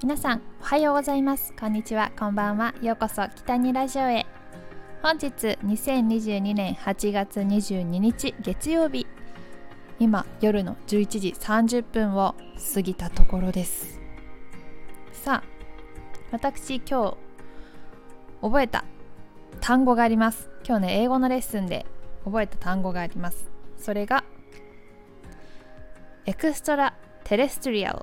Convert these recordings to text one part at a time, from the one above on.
皆さんおはようございます。こんにちは、こんばんは。ようこそ北にラジオへ。本日2022年8月22日月曜日、今夜の11時30分を過ぎたところです。さあ、私今日覚えた単語があります。今日ね、英語のレッスンで覚えた単語があります。それがエクストラテレストリアル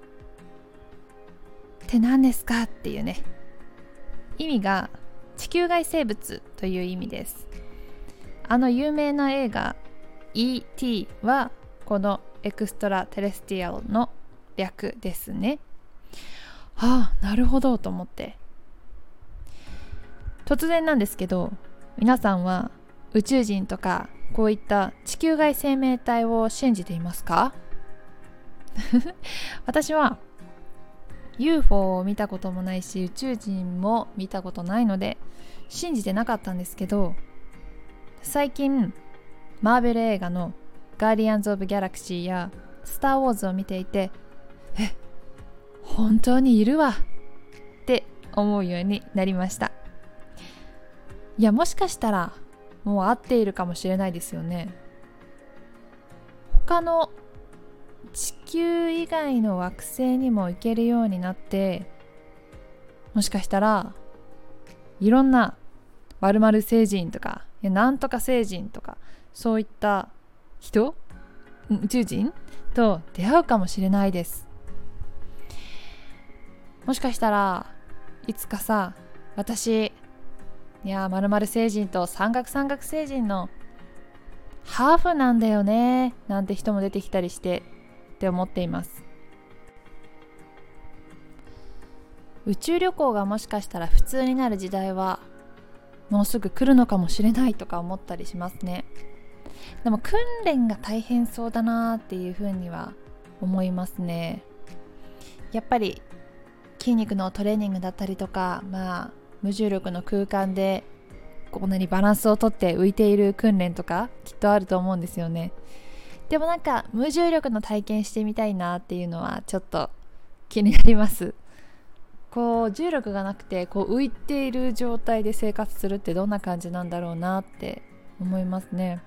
って何ですかっていうね、意味が地球外生物という意味です。有名な映画 E.T. はこのエクストラテレストリアルの略ですね。なるほどと思って、突然なんですけど、皆さんは宇宙人とかこういった地球外生命体を信じていますか？私は UFO を見たこともないし、宇宙人も見たことないので信じてなかったんですけど、最近マーベル映画のガーディアンズ・オブ・ギャラクシーやスター・ウォーズを見ていて、本当にいるわって思うようになりました。いや、もしかしたらもう合っているかもしれないですよね。他の地球以外の惑星にも行けるようになって、もしかしたらいろんな〇〇星人とかなんとか星人とか、そういった人、宇宙人と出会うかもしれないです。もしかしたらいつかさ、私〇〇星人と三角星人のハーフなんだよねなんて人も出てきたりしてって思っています。宇宙旅行がもしかしたら普通になる時代はもうすぐ来るのかもしれないとか思ったりしますね。でも訓練が大変そうだなっていうふうには思いますね。やっぱり筋肉のトレーニングだったりとか、無重力の空間でこんなにバランスをとって浮いている訓練とかきっとあると思うんですよね。でも無重力の体験してみたいなっていうのはちょっと気になります。重力がなくて浮いている状態で生活するってどんな感じなんだろうなって思いますね。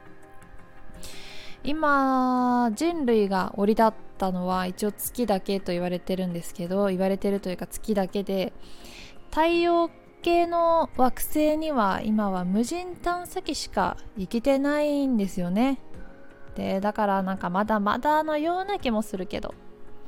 今人類が降り立ったのは一応月だけと言われてるんですけど、言われてるというか月だけで、太陽系の惑星には今は無人探査機しか行けてないんですよね。でだからまだまだのような気もするけど、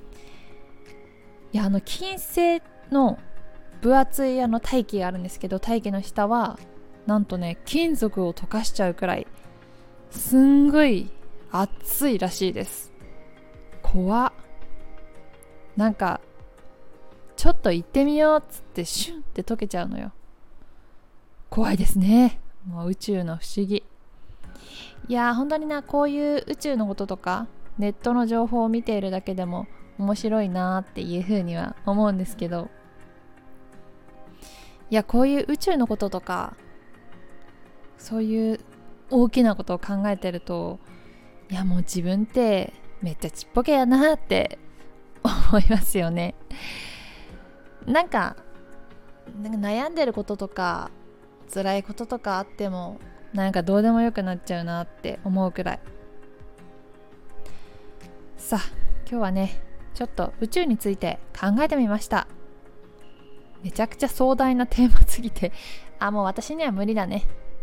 金星の分厚い大気があるんですけど、大気の下はなんとね、金属を溶かしちゃうくらいすんごい暑いらしいです。怖っ。ちょっと行ってみようっつってシュンって溶けちゃうのよ。怖いですね。もう宇宙の不思議。いや本当にこういう宇宙のこととかネットの情報を見ているだけでも面白いなっていうふうには思うんですけど、こういう宇宙のこととかそういう大きなことを考えてると、もう自分ってめっちゃちっぽけやなって思いますよね。悩んでることとか辛いこととかあってもどうでもよくなっちゃうなって思うくらい。さあ、今日はね、ちょっと宇宙について考えてみました。めちゃくちゃ壮大なテーマすぎてもう私には無理だね。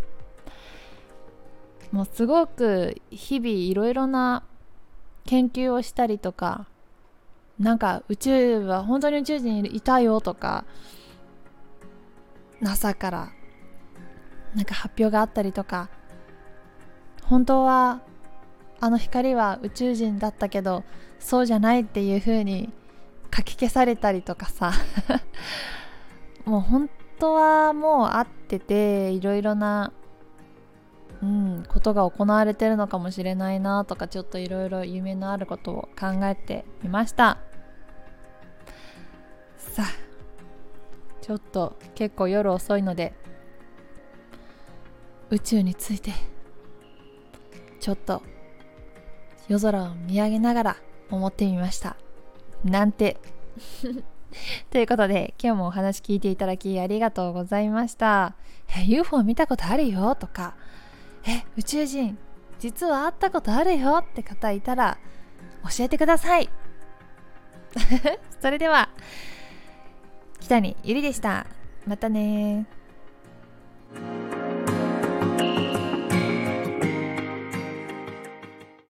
もうすごく日々いろいろな研究をしたりとか、宇宙は本当に宇宙人いたよとか NASA から発表があったりとか、本当は光は宇宙人だったけどそうじゃないっていう風に書き消されたりとかさもう本当はもうあってて、いろいろなことが行われてるのかもしれないなとか、ちょっといろいろ夢のあることを考えてみました。さあ、ちょっと結構夜遅いので宇宙についてちょっと夜空を見上げながら思ってみましたなんてということで今日もお話聞いていただきありがとうございました。UFO 見たことあるよとか、宇宙人実は会ったことあるよって方いたら教えてください。それでは北にゆりでした。またね。